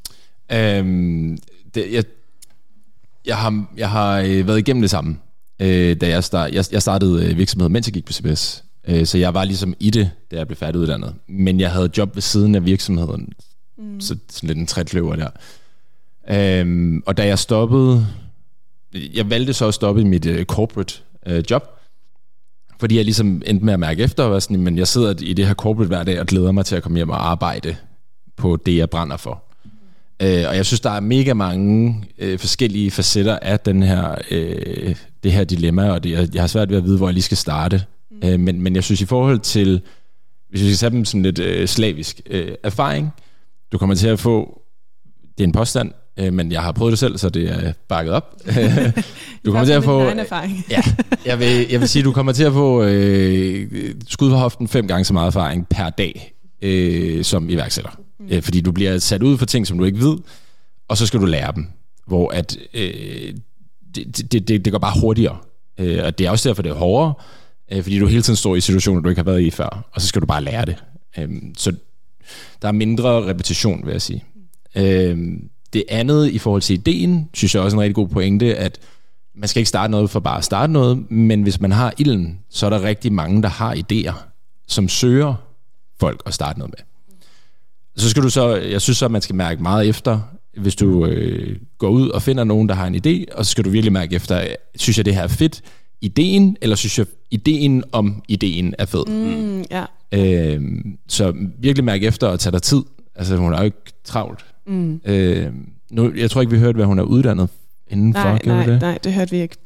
Jeg har været igennem det samme, da jeg startede virksomhed, mens jeg gik på CBS. Så jeg var ligesom i det, da jeg blev færdiguddannet. Men jeg havde job ved siden af virksomheden. Så sådan lidt en trækløver der. Og da jeg stoppede, jeg valgte så at stoppe mit corporate job, fordi jeg ligesom endte med at mærke efter, og var sådan, men jeg sidder i det her corporate hver dag og glæder mig til at komme hjem og arbejde på det, jeg brænder for. Og jeg synes, der er mega mange forskellige facetter af det her dilemma, og jeg har svært ved at vide, hvor jeg lige skal starte. Men jeg synes, i forhold til, hvis vi skal tage dem sådan lidt slavisk erfaring, du kommer til at få, det er en påstand, men jeg har prøvet det selv, så det er bakket op. Du kommer til at få, ja, jeg vil sige, du kommer til at få skud for hoften 5 gange så meget erfaring per dag som iværksætter. Fordi du bliver sat ud for ting, som du ikke ved, og så skal du lære dem, hvor at det går bare hurtigere. Og det er også derfor, det er hårdere, fordi du hele tiden står i situationer, du ikke har været i før, og så skal du bare lære det. Så der er mindre repetition, vil jeg sige. Det andet i forhold til ideen, synes jeg også er en rigtig god pointe, at man skal ikke starte noget for bare at starte noget, men hvis man har ilden, så er der rigtig mange, der har idéer, som søger folk at starte noget med. Så skal du jeg synes så, at man skal mærke meget efter, hvis du går ud og finder nogen, der har en idé, og så skal du virkelig mærke efter, synes jeg det her er fedt, ideen, eller synes jeg ideen om ideen er fed. Ja. Så virkelig mærke efter og tage dig tid. Altså hun er jo ikke travlt. Nu, jeg tror ikke vi hørte, hvad hun er uddannet indenfor. Nej, det hørte vi ikke.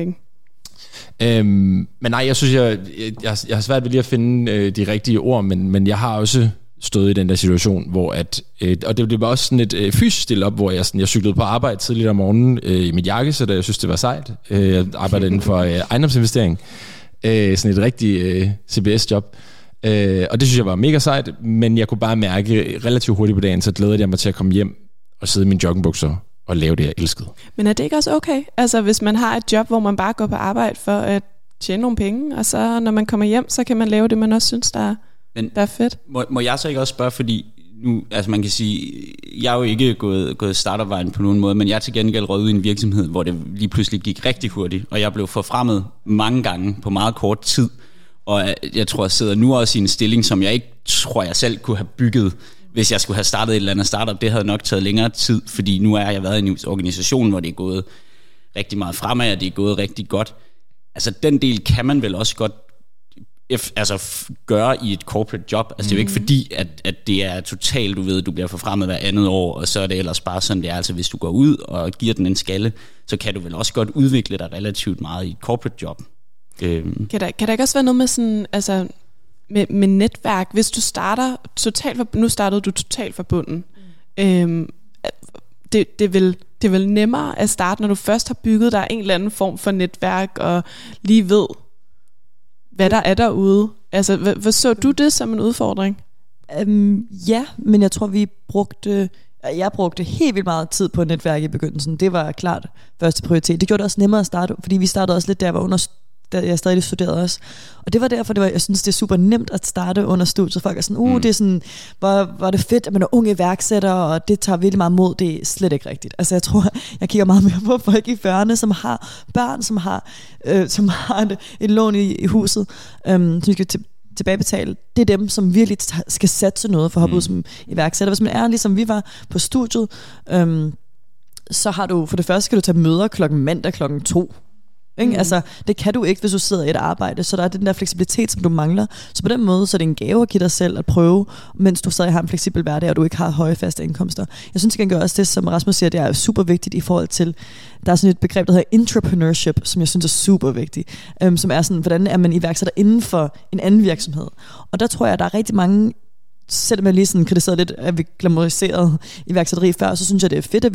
Men nej, jeg synes jeg har svært ved lige at finde de rigtige ord, men jeg har også stået i den der situation, hvor og det var også sådan et fysisk stil op, hvor jeg cyklede på arbejde tidligt om morgenen i mit jakkesæt, og jeg synes det var sejt. Jeg arbejdede inden for ejendomsinvestering, sådan et rigtigt CBS-job. Og det synes jeg var mega sejt, men jeg kunne bare mærke relativt hurtigt på dagen, så glædede jeg mig til at komme hjem og sidde i mine joggingbukser og lave det, jeg elskede. Men er det ikke også okay? Altså hvis man har et job, hvor man bare går på arbejde for at tjene nogle penge, og så når man kommer hjem, så kan man lave det, man også synes, der er fedt. Må jeg så ikke også spørge, fordi nu, altså man kan sige, jeg er jo ikke gået startup-vejen på nogen måde, men jeg er til gengæld røget ud i en virksomhed, hvor det lige pludselig gik rigtig hurtigt, og jeg blev forfremmet mange gange på meget kort tid, og jeg tror, jeg sidder nu også i en stilling, som jeg ikke tror, jeg selv kunne have bygget, hvis jeg skulle have startet et eller andet startup. Det havde nok taget længere tid, fordi nu er jeg været i en organisation, hvor det er gået rigtig meget fremad, og det er gået rigtig godt. Altså den del kan man vel også godt gøre i et corporate job. Altså det er jo ikke fordi, at det er totalt, du bliver forfremmet hver andet år, og så er det ellers bare sådan, det er. Altså hvis du går ud og giver den en skalle, så kan du vel også godt udvikle dig relativt meget i et corporate job. Kan der ikke også være noget med sådan, altså med netværk, hvis du starter nu startede du totalt fra bunden. Det er vel nemmere at starte, når du først har bygget dig en eller anden form for netværk, og lige ved, hvad der er derude. Altså, hvad så du det som en udfordring? Ja, men jeg tror, jeg brugte helt vildt meget tid på netværk i begyndelsen. Det var klart første prioritet. Det gjorde det også nemmere at starte, fordi vi startede også lidt, da jeg stadig studerede også. Og det var derfor, jeg synes, det er super nemt at starte under studiet. Folk er sådan, det er sådan, hvor det fedt, at man er unge iværksætter, og det tager virkelig meget mod. Det er slet ikke rigtigt. Altså jeg tror, jeg kigger meget mere på folk i 40'erne, som har børn, som har et lån i huset, som skal tilbagebetale. Det er dem, som virkelig skal satse noget for at hoppe ud som iværksætter. Hvis man er ligesom vi var på studiet, så har du, for det første skal du tage møder mandag 2:00. Altså, det kan du ikke, hvis du sidder i et arbejde. Så der er den der fleksibilitet, som du mangler. Så på den måde, så er det en gave at give dig selv at prøve, mens du stadig har en fleksibel hverdag, og du ikke har høje faste indkomster. Jeg synes ikke også det, som Rasmus siger, det er super vigtigt i forhold til, der er sådan et begreb, der hedder entrepreneurship, som jeg synes er super vigtigt, som er sådan, hvordan er man iværksætter inden for en anden virksomhed. Og der tror jeg, der er rigtig mange, selvom jeg lige sådan kritiserede lidt, at vi glamoriserede iværksætteri før, så synes jeg, det er fedt, at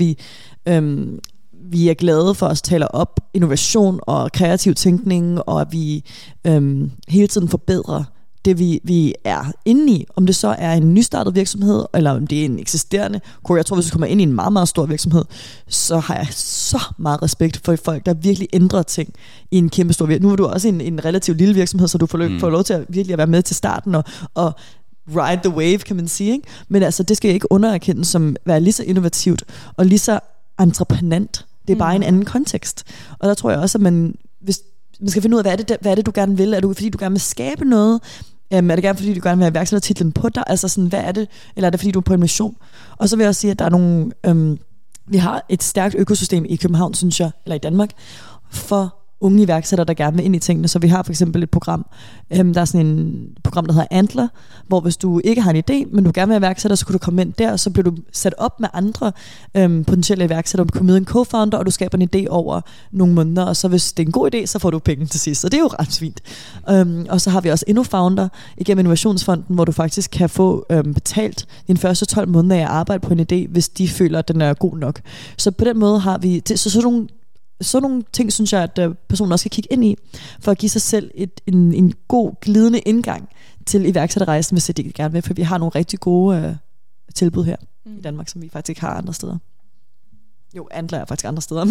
vi er glade for at tale op innovation og kreativ tænkning, og at vi hele tiden forbedrer det, vi er inde i. Om det så er en nystartet virksomhed, eller om det er en eksisterende. Jeg tror, hvis du kommer ind i en meget, meget stor virksomhed, så har jeg så meget respekt for folk, der virkelig ændrer ting i en kæmpe stor virksomhed. Nu er du også i en relativt lille virksomhed, så du får lov til at virkelig at være med til starten, og ride the wave, kan man sige. Ikke? Men altså, det skal jeg ikke undererkende som være lige så innovativt, og lige så entreprenant. Det er bare en anden kontekst. Og der tror jeg også, at man skal finde ud af, hvad er det, du gerne vil? Er det fordi, du gerne vil skabe noget? Er det gerne fordi, du gerne vil have iværksættertitlen på dig? Altså sådan, hvad er det? Eller er det fordi, du er på en mission? Og så vil jeg også sige, at der er nogle... vi har et stærkt økosystem i København, synes jeg, eller i Danmark, for unge iværksættere, der gerne vil ind i tingene. Så vi har for eksempel et program, der er sådan en program, der hedder Antler, hvor hvis du ikke har en idé, men du gerne vil være iværksætter, så kan du komme ind der, og så bliver du sat op med andre potentielle iværksættere. Du kan møde en co-founder, og du skaber en idé over nogle måneder, og så hvis det er en god idé, så får du penge til sidst. Så det er jo ret fint. Og så har vi også InnoFounder igennem Innovationsfonden, hvor du faktisk kan få betalt dine første 12 måneder af at arbejde på en idé, hvis de føler, at den er god nok. Så på den måde har vi... Sådan nogle ting, synes jeg, at personen også skal kigge ind i, for at give sig selv en god, glidende indgang til iværksætterrejsen, hvis det gerne vil, for vi har nogle rigtig gode tilbud her i Danmark, som vi faktisk ikke har andre steder. Jo, Antler er faktisk andre steder,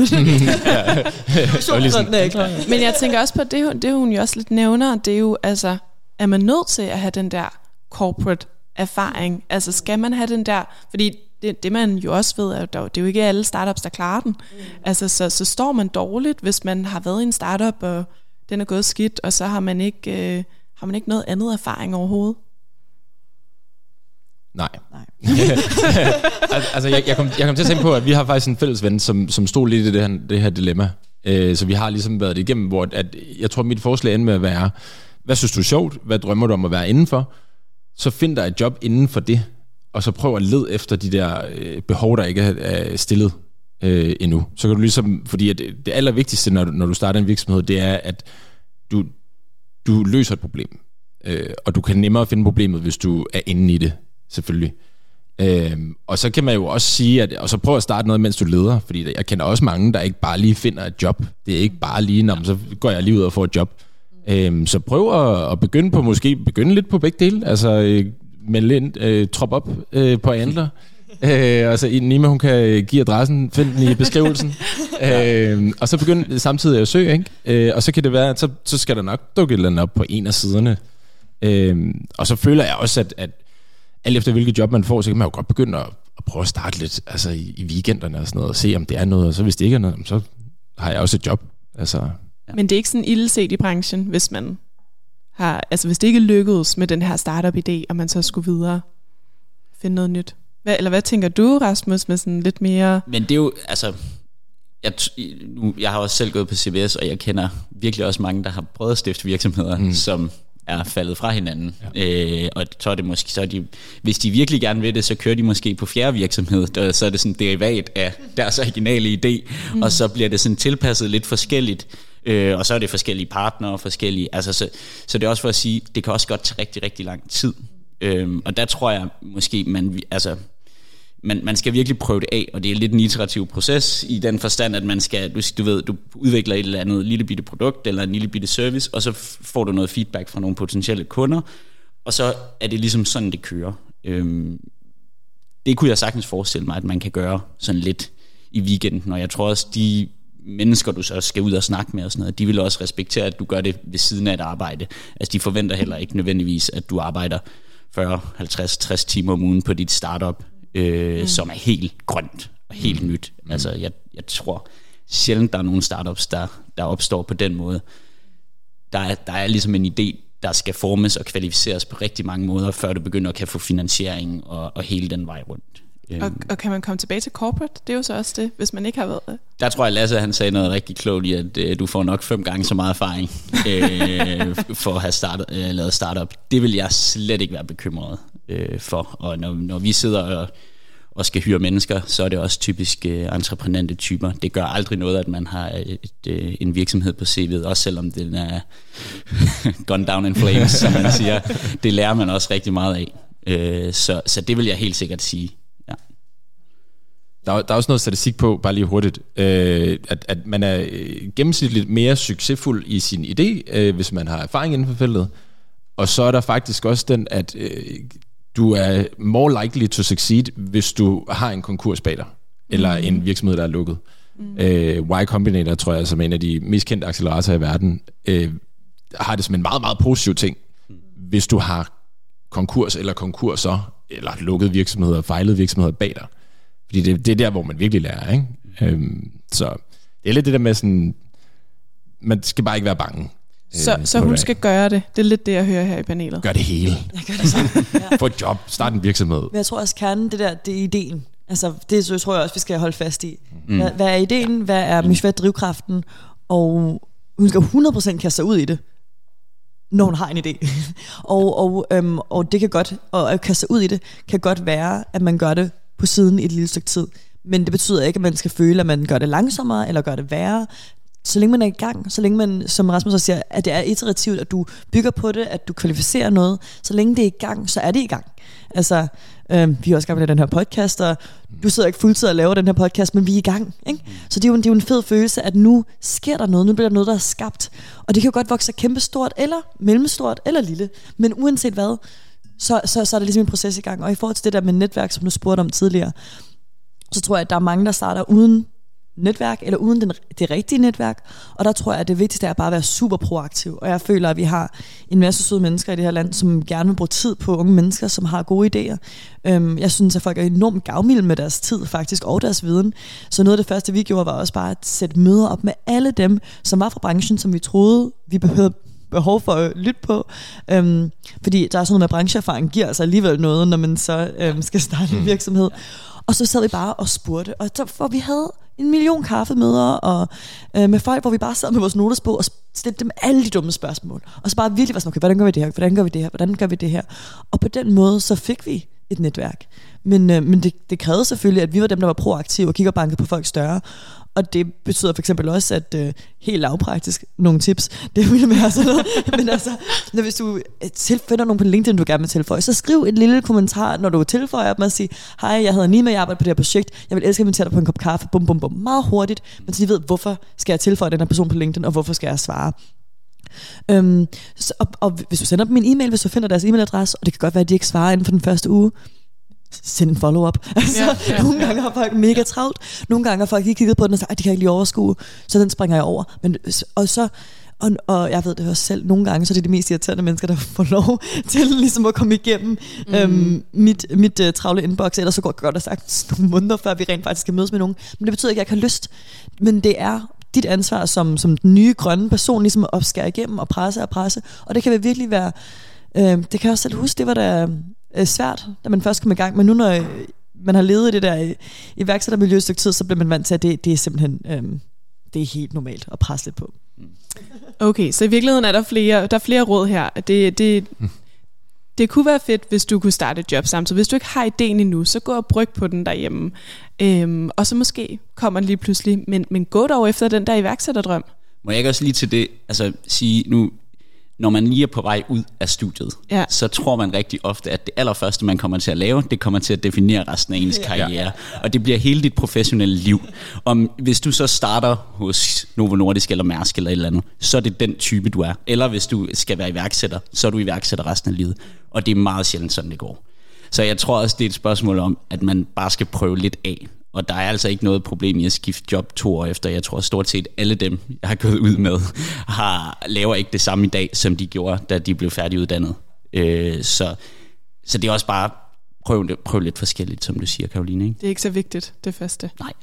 men jeg tænker også på, at det hun jo også lidt nævner, det er jo, altså, er man nødt til at have den der corporate erfaring? Altså, skal man have den der, fordi det man jo også ved, det er jo ikke alle startups, der klarer den. Altså, så står man dårligt, hvis man har været i en startup, og den er gået skidt, og så har man ikke Har man ikke noget andet erfaring overhovedet? Nej. Altså, jeg kom til at tænke på, at vi har faktisk en fælles ven, som stod lidt i det her dilemma. Så vi har ligesom været det igennem, hvor at jeg tror, mit forslag ender med at være, hvad synes du er sjovt? Hvad drømmer du om at være indenfor? Så find dig et job inden for det, og så prøv at lede efter de der behov, der ikke er stillet endnu. Så kan du ligesom, fordi at det allervigtigste, når du starter en virksomhed, det er, at du løser et problem. Og du kan nemmere finde problemet, hvis du er inde i det, selvfølgelig. Og så kan man jo også sige, og så prøv at starte noget, mens du leder, fordi jeg kender også mange, der ikke bare lige finder et job. Det er ikke bare lige, så går jeg lige ud og får et job. Så prøv at begynde lidt på begge dele. Altså melde ind, trop op på Andler. Altså Nima, hun kan give adressen, find den i beskrivelsen. Og så begynde samtidig at søge, ikke? Og så kan det være, at så skal der nok dukke et eller andet op på en af siderne. Og så føler jeg også, at alt efter hvilket job man får, så kan man jo godt begynde at prøve at starte lidt altså i weekenderne og sådan noget, og se om det er noget, og så hvis det ikke er noget, så har jeg også et job. Altså. Ja. Men det er ikke sådan ildset i branchen, hvis man har, altså hvis det ikke lykkedes med den her startup-idé, og man så skulle videre finde noget nyt. Hvad tænker du, Rasmus, med sådan lidt mere? Men det er jo, altså, jeg har også selv gået på CBS, og jeg kender virkelig også mange, der har prøvet at stifte virksomheder, som er faldet fra hinanden. Ja. Og så er det måske, hvis de virkelig gerne vil det, så kører de måske på fjerde virksomhed, så er det sådan en derivat af deres originale idé, og så bliver det sådan tilpasset lidt forskelligt, og så er det forskellige partnere, forskellige, altså så det er også for at sige, det kan også godt tage rigtig, rigtig lang tid. Og der tror jeg måske, man skal virkelig prøve det af, og det er lidt en iterativ proces i den forstand, at man skal, du udvikler et eller andet lille bitte produkt eller en lille bitte service, og så får du noget feedback fra nogle potentielle kunder, og så er det ligesom sådan, det kører. Det kunne jeg sagtens forestille mig, at man kan gøre sådan lidt i weekenden, og jeg tror også, de mennesker, du så skal ud og snakke med og sådan noget, de vil også respektere, at du gør det ved siden af et arbejde. Altså de forventer heller ikke nødvendigvis, at du arbejder 40, 50, 60 timer om ugen på dit startup, som er helt grønt og helt nyt. Altså jeg tror sjældent, der er nogle startups, der opstår på den måde. Der er ligesom en idé, der skal formes og kvalificeres på rigtig mange måder, før du begynder at kan få finansiering og hele den vej rundt. Og kan man komme tilbage til corporate? Det er jo så også det, hvis man ikke har været det. Der tror jeg, Lasse han sagde noget rigtig klogt i, at du får nok 5 gange så meget erfaring for at have lavet startup. Det vil jeg slet ikke være bekymret for. Og når vi sidder og skal hyre mennesker, så er det også typisk entreprenante typer. Det gør aldrig noget, at man har en virksomhed på CV'et, også selvom den er gone down in flames, som man siger. Det lærer man også rigtig meget af. Så det vil jeg helt sikkert sige. Ja. Der er også noget statistik på, bare lige hurtigt, at man er gennemsnitligt mere succesfuld i sin idé, hvis man har erfaring inden for feltet. Og så er der faktisk også den, at du er more likely to succeed, hvis du har en konkurs bag dig, eller en virksomhed, der er lukket. Y Combinator, tror jeg, som en af de mest kendte acceleratorer i verden, har det som en meget, meget positiv ting, hvis du har konkurs eller konkurser, eller lukket virksomheder, fejlede virksomheder bag dig. Fordi det er der, hvor man virkelig lærer, ikke? Så det er lidt det der med sådan, man skal bare ikke være bange. Så hun skal gøre det. Det er lidt det, jeg hører her i panelet. Gør det hele. Gør det sådan. Ja. Få et job, start en virksomhed. Men jeg tror også, kernen, det er ideen. Altså, det tror jeg også, vi skal holde fast i. Hvad er ideen? Hvad er drivkraften? Og hun skal 100% kaste sig ud i det, når hun har en idé. og det kan godt, og at kaste sig ud i det, kan godt være, at man gør det på siden i et lille stykke tid. Men det betyder ikke, at man skal føle, at man gør det langsommere, eller gør det værre. Så længe man er i gang, så længe man, som Rasmus også siger, at det er iterativt, at du bygger på det, at du kvalificerer noget, så længe det er i gang, så er det i gang. Altså, vi har også gang med den her podcast, og du sidder ikke fuldtid og laver den her podcast, men vi er i gang, ikke? Så det er jo en fed følelse, at nu sker der noget, nu bliver der noget, der er skabt, og det kan jo godt vokse kæmpestort, eller mellemstort, eller lille, men uanset hvad, så er det ligesom en proces i gang. Og i forhold til det der med netværk, som du spurgte om tidligere, så tror jeg, at der er mange, der starter uden netværk, eller uden det rigtige netværk, og der tror jeg, at det vigtigste er bare at være super proaktiv, og jeg føler, at vi har en masse søde mennesker i det her land, som gerne vil bruge tid på unge mennesker, som har gode idéer. Jeg synes, at folk er enormt gavmilde med deres tid faktisk, og deres viden, så noget af det første, vi gjorde, var også bare at sætte møder op med alle dem, som var fra branchen, som vi troede, vi behøvede behov for at lytte på. Fordi der er sådan noget med, brancheerfaring giver altså alligevel noget, når man så skal starte en virksomhed. Og så sad vi bare og spurgte, og så vi havde 1 million kaffemøder og med folk, hvor vi bare sad med vores notesbog og stillede dem alle de dumme spørgsmål. Og så bare virkelig var sådan, okay, hvordan gør vi det her? Hvordan gør vi det her? Hvordan gør vi det her? Og på den måde, så fik vi et netværk. Men det krævede selvfølgelig, at vi var dem, der var proaktive og kigger og bankede på folk større. Og det betyder for eksempel også, at helt lavpraktisk, nogle tips, det ville være sådan noget. Men altså, hvis du finder nogen på LinkedIn, du gerne vil tilføje, så skriv et lille kommentar, når du tilføjer dem og sige, hej, jeg hedder Nima, jeg arbejder på det her projekt, jeg vil elske at invitere dig på en kop kaffe, bum, bum, bum, meget hurtigt, men så de ved, hvorfor skal jeg tilføje den her person på LinkedIn, og hvorfor skal jeg svare. Og hvis du sender dem en e-mail, hvis du finder deres e-mailadresse, og det kan godt være, at de ikke svarer inden for den første uge, send en follow-up. Altså, nogle gange har folk mega travlt, nogle gange har folk ikke kigget på den og sagt, at de kan ikke lige overskue, så den springer jeg over. Og jeg ved det også selv, nogle gange, så er det de mest irriterende mennesker, der får lov til ligesom at komme igennem mit travle inbox, ellers så går det godt at sagt nogle måneder, før vi rent faktisk skal mødes med nogen. Men det betyder ikke, at jeg ikke har lyst. Men det er dit ansvar som den nye grønne person, ligesom at opskære igennem og presse. Og det kan virkelig være, det kan jeg også selv huske, det var da svært, da man først kom i gang. Men nu når man har levet i det der iværksættermiljø et stykke tid, så bliver man vant til, at det er simpelthen det er helt normalt at presse lidt på. Okay, så i virkeligheden er der flere råd her. Det kunne være fedt, hvis du kunne starte et job samtidig. Hvis du ikke har idéen endnu, så gå og bryg på den derhjemme. Og så måske kommer den lige pludselig. Men gå dog efter den der iværksætterdrøm. Må jeg ikke også lige til det sige nu, når man lige er på vej ud af studiet, så tror man rigtig ofte, at det allerførste, man kommer til at lave, det kommer til at definere resten af ens karriere. Og det bliver hele dit professionelle liv. Hvis du så starter hos Novo Nordisk eller Mærsk eller et eller andet, så er det den type, du er. Eller hvis du skal være iværksætter, så er du iværksætter resten af livet. Og det er meget sjældent sådan, det går. Så jeg tror også, det er et spørgsmål om, at man bare skal prøve lidt af. Og der er altså ikke noget problem i at skifte job 2 år efter. Jeg tror stort set alle dem, jeg har gået ud med, laver ikke det samme i dag, som de gjorde, da de blev færdiguddannet. Så det er også bare prøv lidt forskelligt, som du siger, Caroline. Ikke? Det er ikke så vigtigt, det første. Nej.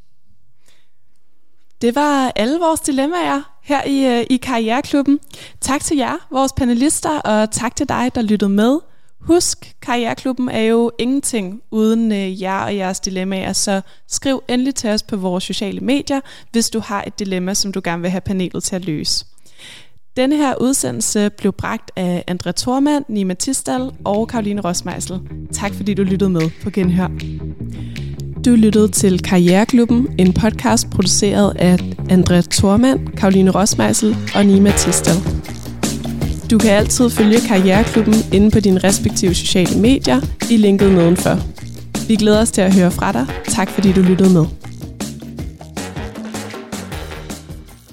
Det var alle vores dilemmaer her i Karriereklubben. Tak til jer, vores panelister, og tak til dig, der lyttede med. Husk, Karriereklubben er jo ingenting uden jer og jeres dilemmaer, så skriv endelig til os på vores sociale medier, hvis du har et dilemma, som du gerne vil have panelet til at løse. Denne her udsendelse blev bragt af André Thormand, Nima Tisdal og Caroline Rosmeisel. Tak fordi du lyttede med på Genhør. Du lyttede til Karriereklubben, en podcast produceret af André Thormand, Caroline Rosmeisel og Nima Tisdal. Du kan altid følge Karriereklubben inde på dine respektive sociale medier i linket nedenfor. Vi glæder os til at høre fra dig. Tak fordi du lyttede med.